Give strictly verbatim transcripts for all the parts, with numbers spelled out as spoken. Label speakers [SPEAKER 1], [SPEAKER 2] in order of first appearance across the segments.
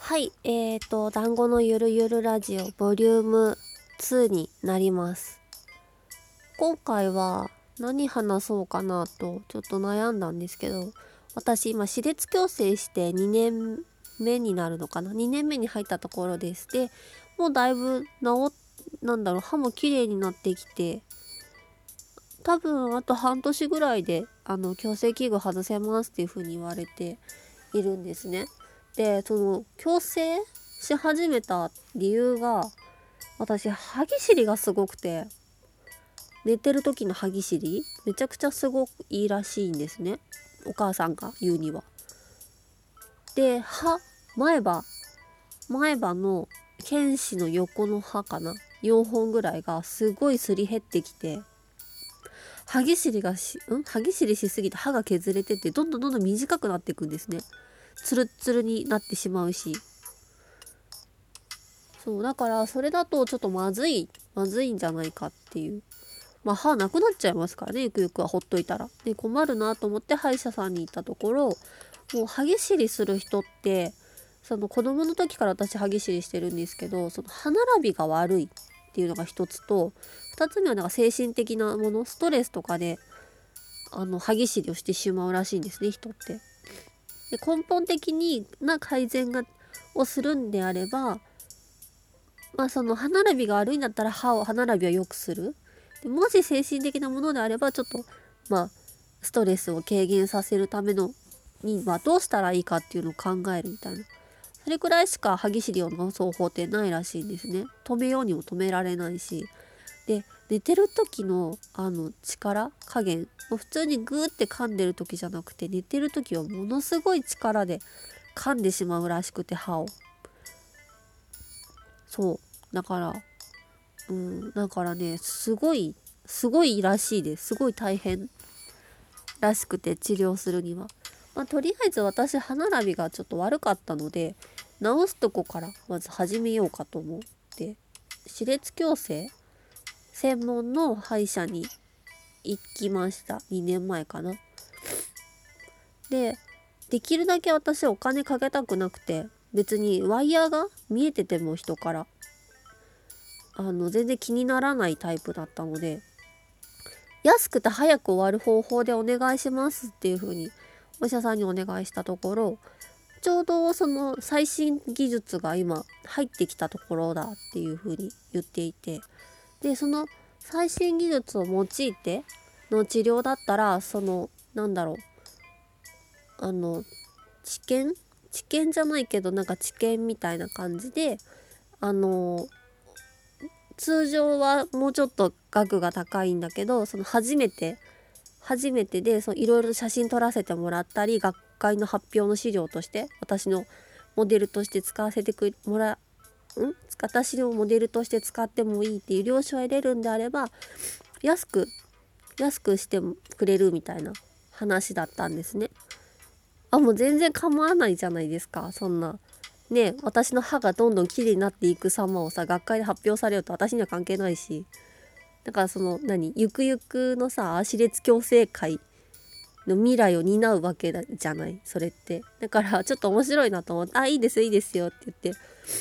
[SPEAKER 1] はい、えーと、団子のゆるゆるラジオボリュームツーになります。今回は何話そうかなとちょっと悩んだんですけど、私今歯列矯正してにねんめになるのかな ?に 年目に入ったところです。で、もうだいぶ治っ、なんだろう、歯も綺麗になってきて、多分あと半年ぐらいであの矯正器具外せますっていう風に言われているんですね。で、その矯正し始めた理由が、私歯ぎしりがすごくて、寝てる時の歯ぎしりめちゃくちゃすごくいいらしいんですね、お母さんが言うには。で、歯前歯前歯の犬歯の横の歯かな、よんほんぐらいがすごいすり減ってきて、歯ぎしりがしん歯ぎしりしすぎて歯が削れてってどんどんどんどん短くなっていくんですね。ツルッツルになってしまうし、そうだからそれだとちょっとまずいまずいんじゃないかっていう、まあ歯なくなっちゃいますからね、ゆくゆくはほっといたら。で困るなと思って歯医者さんに行ったところ、もう歯ぎしりする人って、その子供の時から私歯ぎしりしてるんですけど、その歯並びが悪いっていうのが一つと、二つ目はなんか精神的なもの、ストレスとかであの歯ぎしりをしてしまうらしいんですね、人って。で根本的にな改善がをするんであれば、まあその歯並びが悪いんだったら歯を歯並びを良くする。でもし精神的なものであれば、ちょっとまあストレスを軽減させるためのにはどうしたらいいかっていうのを考えるみたいな。それくらいしか歯ぎしりを治す方法ってないらしいんですね。止めようにも止められないし。で、寝てる時のあの力加減、もう普通にグーって噛んでる時じゃなくて、寝てる時はものすごい力で噛んでしまうらしくて、歯を。そう。だから、うん、だからね、すごい、すごいらしいです。すごい大変らしくて、治療するには。まあ、とりあえず私、歯並びがちょっと悪かったので、治すとこからまず始めようかと思って、歯列矯正専門の歯医者に行きました。にねんまえかな。で、できるだけ私お金かけたくなくて、別にワイヤーが見えてても人から、あの、全然気にならないタイプだったので、安くて早く終わる方法でお願いしますっていう風にお医者さんにお願いしたところ、ちょうどその最新技術が今入ってきたところだっていう風に言っていて、でその最新技術を用いての治療だったら、そのなんだろう、あの治験治験じゃないけど、なんか治験みたいな感じで、あの通常はもうちょっと額が高いんだけど、その初めて初めてでいろいろ写真撮らせてもらったり、学会の発表の資料として私のモデルとして使わせてくもらん私のモデルとして使ってもいいっていう了承を得れるんであれば、安く安くしてくれるみたいな話だったんですね。あ、もう全然構わないじゃないですか、そんなね。私の歯がどんどん綺麗になっていく様をさ、学会で発表されると私には関係ないし、だからその何ゆくゆくのさ、歯列矯正会の未来を担うわけだじゃない、それって。だからちょっと面白いなと思って、あ、いいですいいですよって言って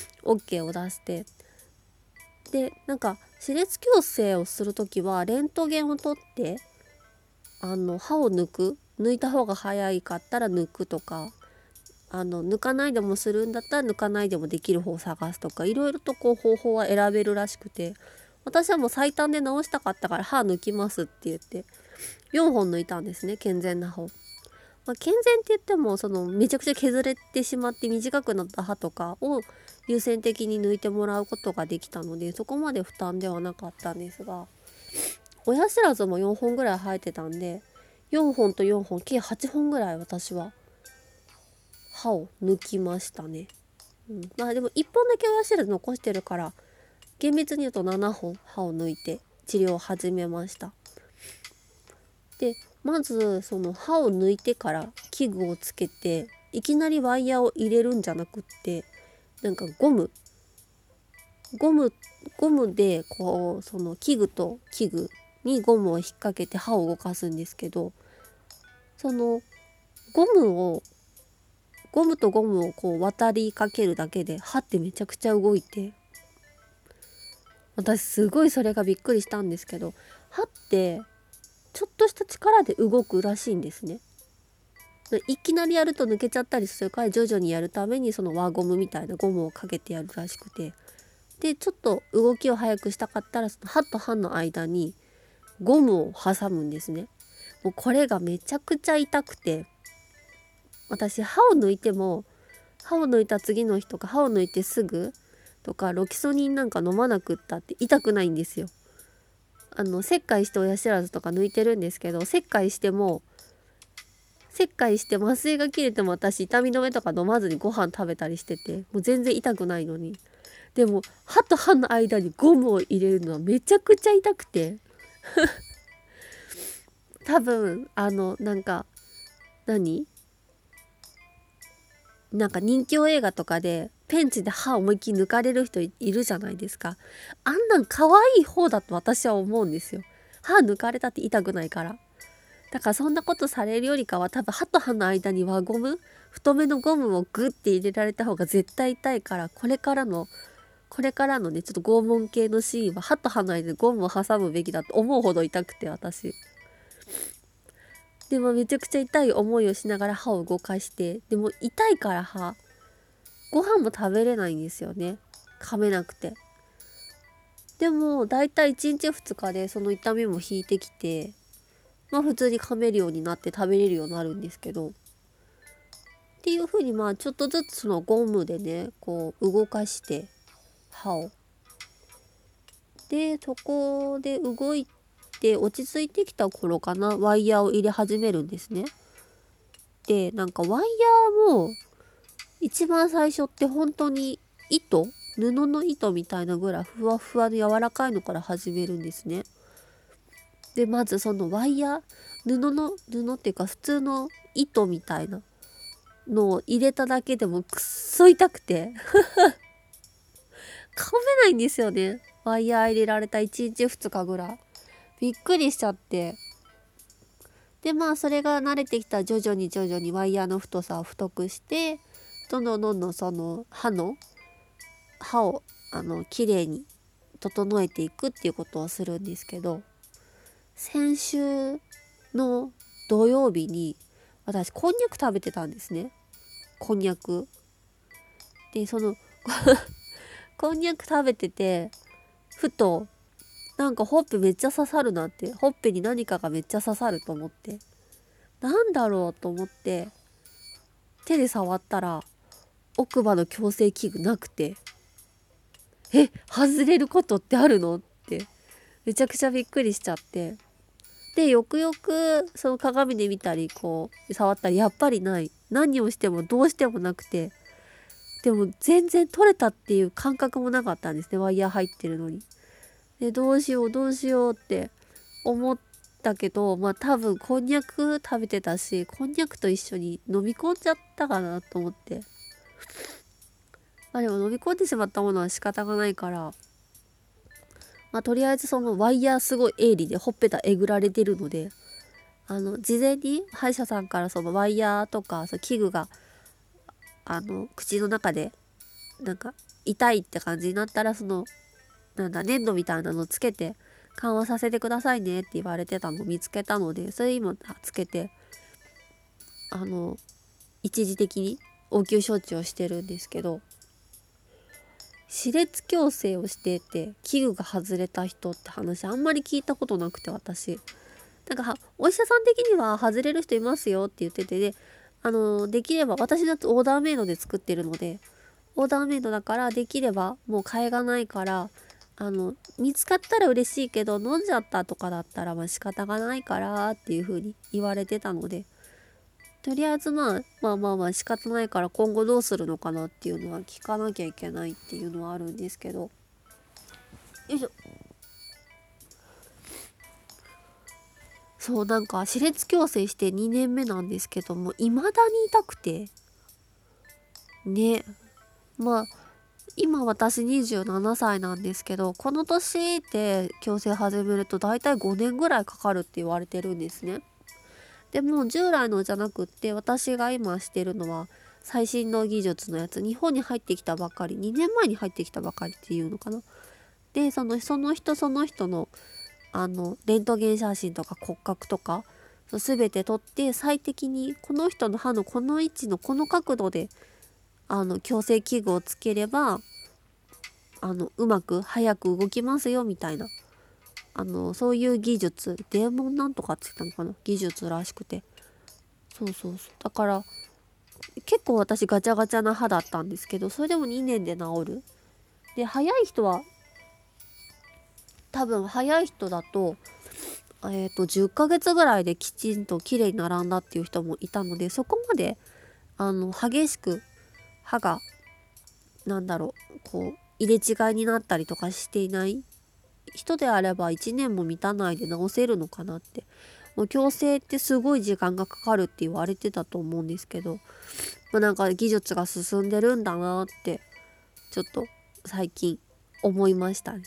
[SPEAKER 1] OK を出して、でなんか歯列矯正をする時はレントゲンを取って、あの歯を抜く抜いた方が早いかったら抜くとか、あの抜かないでもするんだったら抜かないでもできる方を探すとか、いろいろとこう方法は選べるらしくて、私はもう最短で直したかったから歯抜きますって言ってよんほん抜いたんですね、健全な方。まあ、健全って言ってもそのめちゃくちゃ削れてしまって短くなった歯とかを優先的に抜いてもらうことができたので、そこまで負担ではなかったんですが、親知らずもよんほんぐらい生えてたんで、よんほんとよんほん計はっぽんぐらい私は歯を抜きましたね。うん、まあでもいっぽんだけ親知らず残してるから、厳密に言うとななほん歯を抜いて治療を始めました。でまずその歯を抜いてから器具をつけて、いきなりワイヤーを入れるんじゃなくって、なんかゴムゴムゴムでこうその器具と器具にゴムを引っ掛けて歯を動かすんですけど、そのゴムをゴムとゴムをこう渡りかけるだけで歯ってめちゃくちゃ動いて、私すごいそれがびっくりしたんですけど、歯ってちょっとした力で動くらしいんですね。いきなりやると抜けちゃったりするから、徐々にやるためにその輪ゴムみたいなゴムをかけてやるらしくて、でちょっと動きを速くしたかったら、その歯と歯の間にゴムを挟むんですね。もうこれがめちゃくちゃ痛くて、私歯を抜いても、歯を抜いた次の日とか歯を抜いてすぐとかロキソニンなんか飲まなくったって痛くないんですよ。あの切開して親知らずとか抜いてるんですけど、切開しても切開して麻酔が切れても私痛み止めとか飲まずにご飯食べたりしてて、もう全然痛くないのに、でも歯と歯の間にゴムを入れるのはめちゃくちゃ痛くて多分あのなんか何なんか人気映画とかでペンチで歯思いっきり抜かれる人いるじゃないですか。あんなん可愛い方だと私は思うんですよ。歯抜かれたって痛くないから。だからそんなことされるよりかは、多分歯と歯の間に輪ゴム、太めのゴムをグッて入れられた方が絶対痛いから、これからのこれからのねちょっと拷問系のシーンは歯と歯の間にゴムを挟むべきだと思うほど痛くて、私でもめちゃくちゃ痛い思いをしながら歯を動かして、でも痛いから歯ご飯も食べれないんですよね、噛めなくて。でもだいたいいちにちふつかでその痛みも引いてきて、まあ普通に噛めるようになって食べれるようになるんですけど、っていう風にまあちょっとずつそのゴムでねこう動かして歯を、でそこで動いて落ち着いてきた頃かな、ワイヤーを入れ始めるんですね。でなんかワイヤーも一番最初って本当に糸、布の糸みたいなぐらいふわふわの柔らかいのから始めるんですね。でまずそのワイヤー、布の布っていうか普通の糸みたいなのを入れただけでもくっそ痛くて噛めないんですよね。ワイヤー入れられたいちにちふつかぐらいびっくりしちゃって、でまあそれが慣れてきたら徐々に徐々にワイヤーの太さを太くして、どんどんどんどんその歯の歯をあの綺麗に整えていくっていうことをするんですけど、先週の土曜日に私こんにゃく食べてたんですね。こんにゃくでそのこんにゃく食べてて、ふとなんかほっぺめっちゃ刺さるなって、ほっぺに何かがめっちゃ刺さると思って、なんだろうと思って手で触ったら奥歯の矯正器具なくて、え外れることってあるのってめちゃくちゃびっくりしちゃって、でよくよくその鏡で見たりこう触ったらやっぱりない、何をしてもどうしてもなくて、でも全然取れたっていう感覚もなかったんですね、ワイヤー入ってるのに。でどうしようどうしようって思ったけど、まあ多分こんにゃく食べてたし、こんにゃくと一緒に飲み込んじゃったかなと思って、まあでも飲み込んでしまったものは仕方がないから、まあとりあえずそのワイヤーすごい鋭利でほっぺたえぐられてるので、あの事前に歯医者さんからそのワイヤーとかその器具があの口の中でなんか痛いって感じになったら、そのなんだ粘土みたいなのつけて緩和させてくださいねって言われてたのを見つけたので、それ今つけてあの一時的に応急処置をしてるんですけど、歯列矯正をしてて器具が外れた人って話あんまり聞いたことなくて、私なんかお医者さん的には外れる人いますよって言ってて、であのできれば私だとオーダーメイドで作ってるので、オーダーメイドだからできればもう替えがないから、あの見つかったら嬉しいけど飲んじゃったとかだったらまあ仕方がないからっていう風に言われてたので、とりあえずまあまあまあまあ仕方ないから今後どうするのかなっていうのは聞かなきゃいけないっていうのはあるんですけど、よいしょ。そうなんか歯列矯正してにねんめなんですけども未だに痛くてね。まあ今私にじゅうななさいなんですけど、この年で矯正始めるとだいたいごねんぐらいかかるって言われてるんですね。でも従来のじゃなくって私が今してるのは最新の技術のやつ、日本に入ってきたばかり、にねんまえに入ってきたばかりっていうのかな。でそのその人その人のあのレントゲン写真とか骨格とか全て撮って最適にこの人の歯のこの位置のこの角度であの矯正器具をつければあのうまく早く動きますよみたいな、あのそういう技術、デーモンなんとかって言ったのかな、技術らしくて、そうそうそう、だから結構私ガチャガチャな歯だったんですけど、それでもにねんで治る。で早い人は多分早い人だとえーとじゅっかげつぐらいできちんと綺麗に並んだっていう人もいたので、そこまであの激しく歯がなんだろうこう入れ違いになったりとかしていない人であればいちねんも満たないで治せるのかなって。もう矯正ってすごい時間がかかるって言われてたと思うんですけど、まあ、なんか技術が進んでるんだなってちょっと最近思いましたね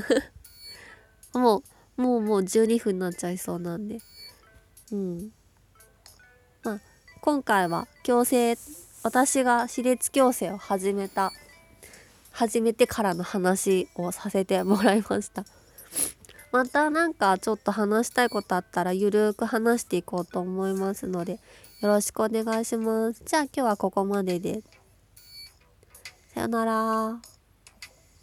[SPEAKER 1] もうもうもうじゅうにふんになっちゃいそうなんで、うんまあ今回は矯正、私が歯列矯正を始めた始めてからの話をさせてもらいました。またなんかちょっと話したいことあったらゆるーく話していこうと思いますのでよろしくお願いします。じゃあ今日はここまでで。さよなら。